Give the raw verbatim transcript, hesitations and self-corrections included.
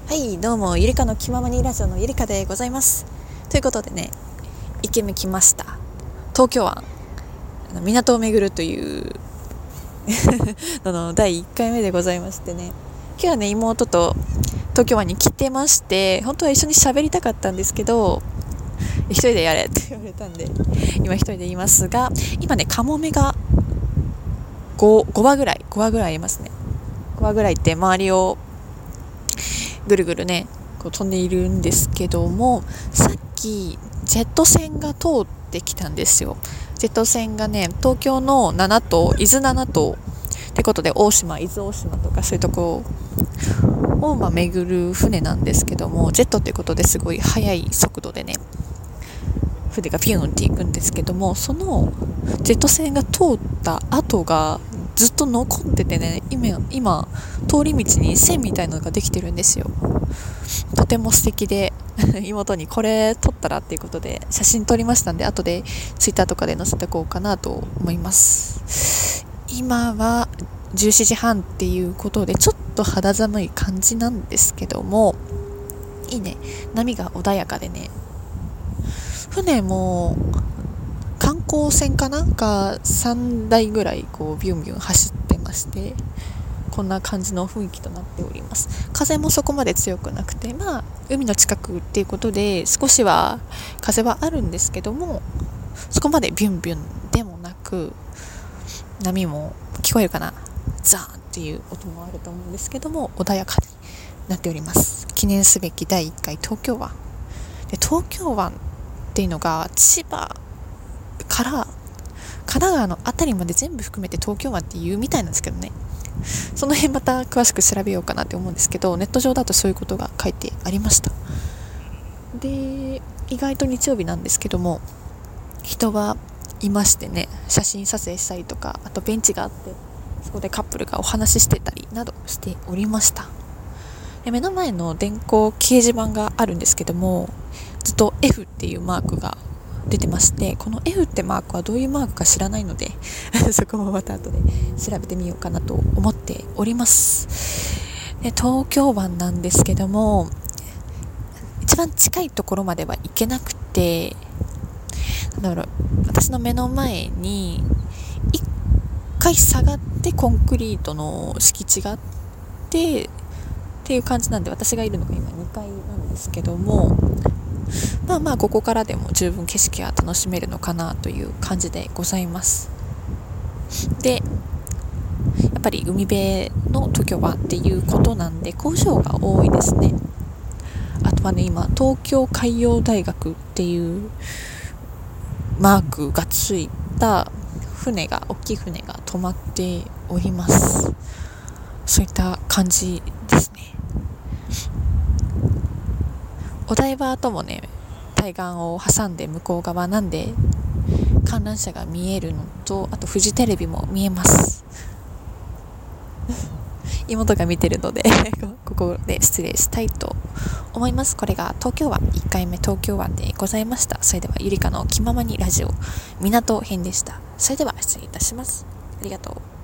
はい、どうもゆりかの気ままにラジオのゆりかでございます。ということでね、いっけんめ来ました。東京湾港を巡るというあのだいいっかいめでございましてね、今日はね妹と東京湾に来てまして、本当は一緒に喋りたかったんですけど、一人でやれって言われたんで今一人でいますが、今ねカモメが 5, 5羽ぐらい5羽ぐらいいますね。ごわぐらいって周りをぐるぐるねこう飛んでいるんですけども、さっきジェット船が通ってきたんですよ。ジェット船がね、東京のななとう伊豆ななとうってことで、大島伊豆大島とかそういうとこを、まあ、巡る船なんですけども、ジェットっていうことですごい速い速度でね船がピューンっていくんですけども、そのジェット船が通った跡がずっと残っててね、今、今通り道に線みたいなのができてるんですよ。とても素敵で妹にこれ撮ったらっていうことで写真撮りましたんで、後でツイッターとかで載せておこうかなと思います。今はじゅうしちじはんっていうことでちょっと肌寒い感じなんですけども、いいね、波が穏やかでね、船も観光船かなんかさんだいぐらいこうビュンビュン走ってまして、こんな感じの雰囲気となっております。風もそこまで強くなくて、まあ海の近くっていうことで少しは風はあるんですけども、そこまでビュンビュンでもなく、波も聞こえるかな、ザーンっていう音もあると思うんですけども、穏やかになっております。記念すべきだいいっかい東京湾で、東京湾っていうのが千葉から神奈川のあたりまで全部含めて東京湾っていうみたいなんですけどね、その辺また詳しく調べようかなって思うんですけど、ネット上だとそういうことが書いてありました。で、意外と日曜日なんですけども人はいましてね、写真撮影したりとか、あとベンチがあってそこでカップルがお話ししてたりなどしておりました。で、目の前の電光掲示板があるんですけども、ずっと エフ っていうマークが出てまして、この エフ ってマークはどういうマークか知らないのでそこもまた後で調べてみようかなと思っております。で、東京湾なんですけども、一番近いところまでは行けなくて、なんだろう、私の目の前に一回下がってコンクリートの敷地があってっていう感じなんで、私がいるのが今にかいなんですけども、まあまあここからでも十分景色は楽しめるのかなという感じでございます。で、やっぱり海辺の東京湾っていうことなんで工場が多いですね。あとはね、今東京海洋大学っていうマークがついた船が大きい船が止まっております。そういった感じですね。お台場ともね対岸を挟んで向こう側なんで観覧車が見えるのと、あとフジテレビも見えます妹が見てるのでここで失礼したいと思います。これが東京湾いっかいめ東京湾でございました。それではゆりかの気ままにラジオ港編でした。それでは失礼いたします。ありがとう。